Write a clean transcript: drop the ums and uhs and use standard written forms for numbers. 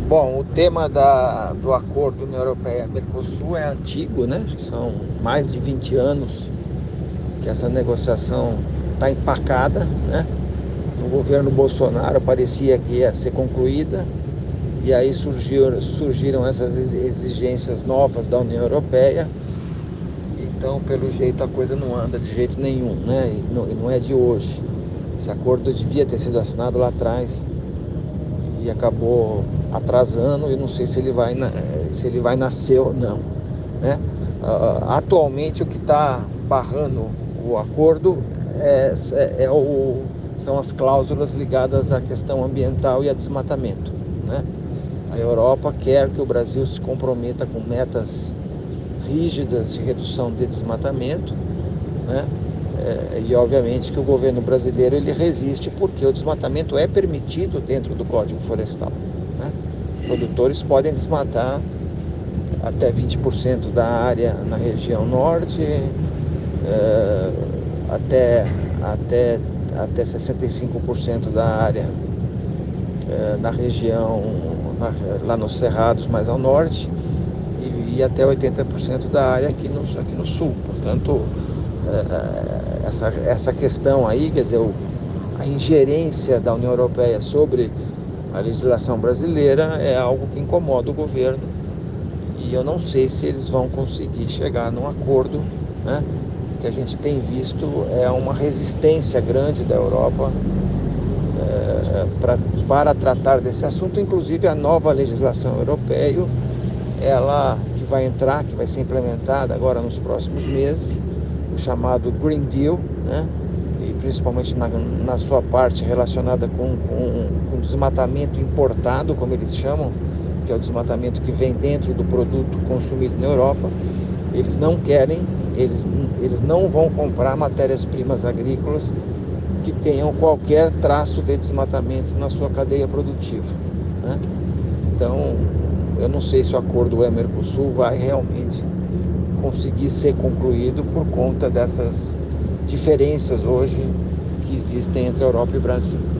Bom, o tema do acordo União Europeia-Mercosul é antigo, né? São mais de 20 anos que essa negociação está empacada, né? No governo Bolsonaro parecia que ia ser concluída, e aí surgiram essas exigências novas da União Europeia. Então, pelo jeito, a coisa não anda de jeito nenhum, né? E não é de hoje. Esse acordo devia ter sido assinado lá atrás e acabou atrasando, e não sei se ele vai nascer ou não, né? Atualmente, o que está barrando o acordo são as cláusulas ligadas à questão ambiental e a desmatamento, né? A Europa quer que o Brasil se comprometa com metas rígidas de redução de desmatamento, né? E obviamente que o governo brasileiro ele resiste, porque o desmatamento é permitido dentro do Código Florestal, né? Produtores podem desmatar até 20% da área na região norte, até, até, até 65% da área na região, lá nos cerrados mais ao norte, e até 80% da área aqui no sul. Portanto, essa questão aí, quer dizer, a ingerência da União Europeia sobre a legislação brasileira é algo que incomoda o governo, e eu não sei se eles vão conseguir chegar num acordo, né? O que a gente tem visto é uma resistência grande da Europa para tratar desse assunto. Inclusive a nova legislação europeia, ela que vai ser implementada agora nos próximos meses, o chamado Green Deal, né? E principalmente na sua parte relacionada com desmatamento importado, como eles chamam, que é o desmatamento que vem dentro do produto consumido na Europa. Eles não querem, eles não vão comprar matérias-primas agrícolas que tenham qualquer traço de desmatamento na sua cadeia produtiva, né? Então, eu não sei se o acordo UE-Mercosul vai realmente conseguir ser concluído por conta dessas diferenças hoje que existem entre a Europa e o Brasil.